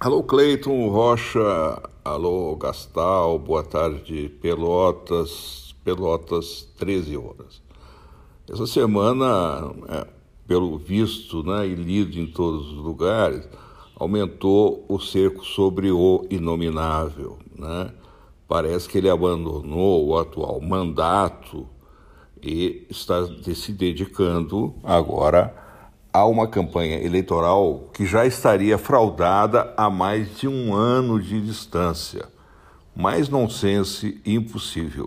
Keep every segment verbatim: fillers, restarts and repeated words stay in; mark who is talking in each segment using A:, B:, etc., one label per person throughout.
A: Alô, Cleiton Rocha, alô, Gastal, boa tarde, Pelotas, Pelotas, treze horas. Essa semana, é, pelo visto, né, e lido em todos os lugares, aumentou o cerco sobre o inominável, né? Parece que ele abandonou o atual mandato e está se dedicando agora a uma campanha eleitoral que já estaria fraudada há mais de um ano de distância. Mais nonsense impossível.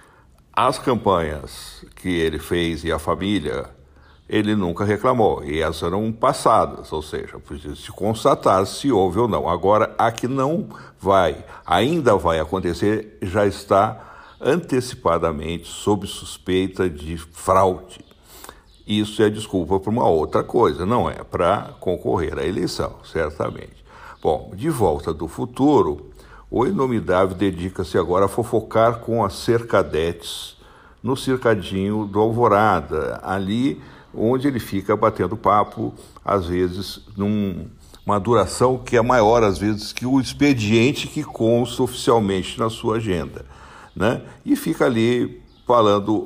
A: As campanhas que ele fez e a família, ele nunca reclamou, e essas eram passadas, ou seja, precisa se constatar se houve ou não. Agora, a que não vai, ainda vai acontecer, já está antecipadamente sob suspeita de fraude. Isso é desculpa para uma outra coisa, não é para concorrer à eleição, certamente. Bom, de volta do futuro, o inominável dedica-se agora a fofocar com as cercadetes no cercadinho do Alvorada, ali onde ele fica batendo papo, às vezes, numa duração que é maior, às vezes, que o expediente que consta oficialmente na sua agenda, né? E fica ali falando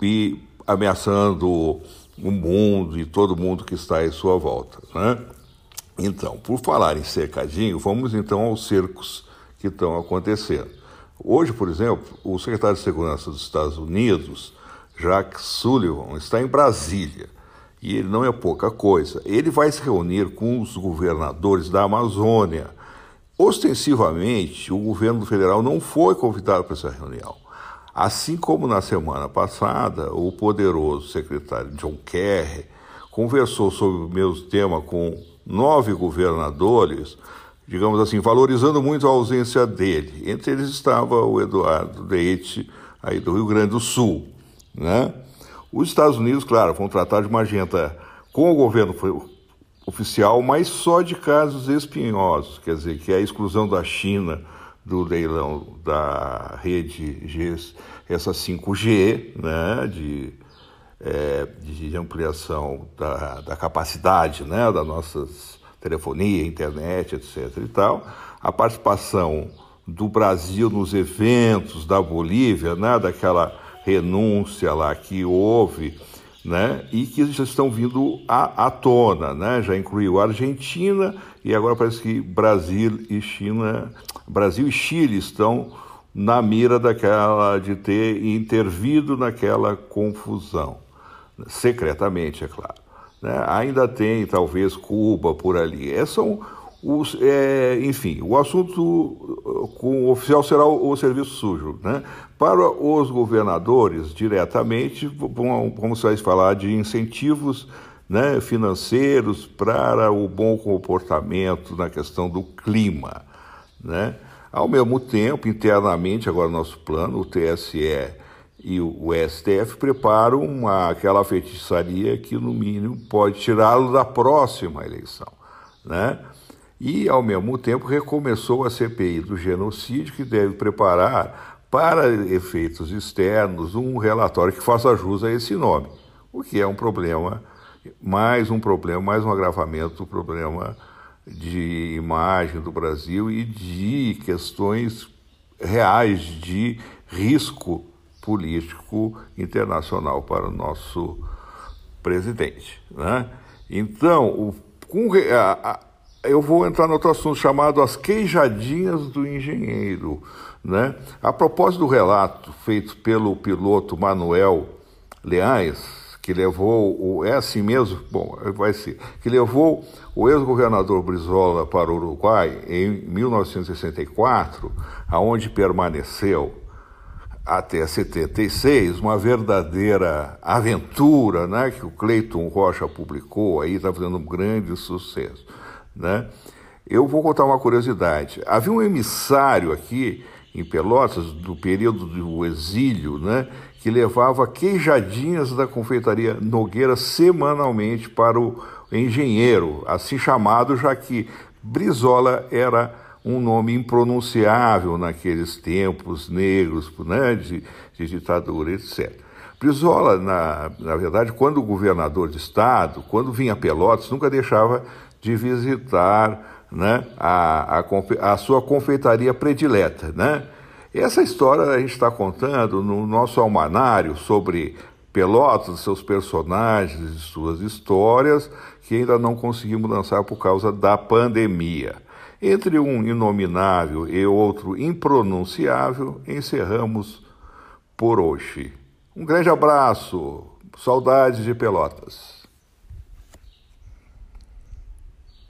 A: e ameaçando o mundo e todo mundo que está em sua volta, né? Então, por falar em cercadinho, vamos então aos cercos que estão acontecendo. Hoje, por exemplo, o secretário de Segurança dos Estados Unidos, Jake Sullivan, está em Brasília, e ele não é pouca coisa. Ele vai se reunir com os governadores da Amazônia. Ostensivamente, o governo federal não foi convidado para essa reunião. Assim como na semana passada, o poderoso secretário John Kerry conversou sobre o mesmo tema com nove governadores, digamos assim, valorizando muito a ausência dele. Entre eles estava o Eduardo Leite, aí do Rio Grande do Sul, né? Os Estados Unidos, claro, vão tratar de uma agenda com o governo oficial, mas só de casos espinhosos, quer dizer, que é a exclusão da China do leilão da rede G, essa cinco G, né, de, é, de ampliação da, da capacidade, né, da nossa telefonia, internet, etc e tal, a participação do Brasil nos eventos da Bolívia, né, daquela renúncia lá que houve, né, e que já estão vindo à, à tona, né, já incluiu a Argentina e agora parece que Brasil e China, Brasil e Chile estão na mira daquela de ter intervido naquela confusão, secretamente, é claro, né? Ainda tem talvez Cuba por ali. É, são os, é, enfim, o assunto com o oficial será o, o serviço sujo, né? Para os governadores, diretamente, vamos falar de incentivos, né, financeiros para o bom comportamento na questão do clima, né? Ao mesmo tempo, internamente, agora nosso plano, o T S E e o S T F preparam uma, aquela feitiçaria que, no mínimo, pode tirá-lo da próxima eleição, né? E, ao mesmo tempo, recomeçou a C P I do genocídio, que deve preparar, para efeitos externos, um relatório que faça jus a esse nome, o que é um problema, mais um problema, mais um agravamento do problema de imagem do Brasil e de questões reais de risco político internacional para o nosso presidente, né? Então, o, com, a, a, eu vou entrar no outro assunto chamado as queijadinhas do engenheiro, né? A propósito do relato feito pelo piloto Manuel Leães, que levou o, é assim mesmo, bom, vai ser, que levou o ex-governador Brizola para o Uruguai em mil novecentos e sessenta e quatro, aonde permaneceu até setenta e seis, uma verdadeira aventura, né, que o Cleiton Rocha publicou, aí está fazendo um grande sucesso, né? Eu vou contar uma curiosidade. Havia um emissário aqui em Pelotas, do período do exílio, né, que levava queijadinhas da confeitaria Nogueira semanalmente para o engenheiro, assim chamado, já que Brizola era um nome impronunciável naqueles tempos negros, né, de, de ditadura, etcétera. Brizola, na, na verdade, quando governador de estado, quando vinha a Pelotas, nunca deixava de visitar, né, a, a, a sua confeitaria predileta, né? Essa história a gente está contando no nosso almanário sobre Pelotas, seus personagens e suas histórias, que ainda não conseguimos lançar por causa da pandemia. Entre um inominável e outro impronunciável, encerramos por hoje. Um grande abraço, saudades de Pelotas.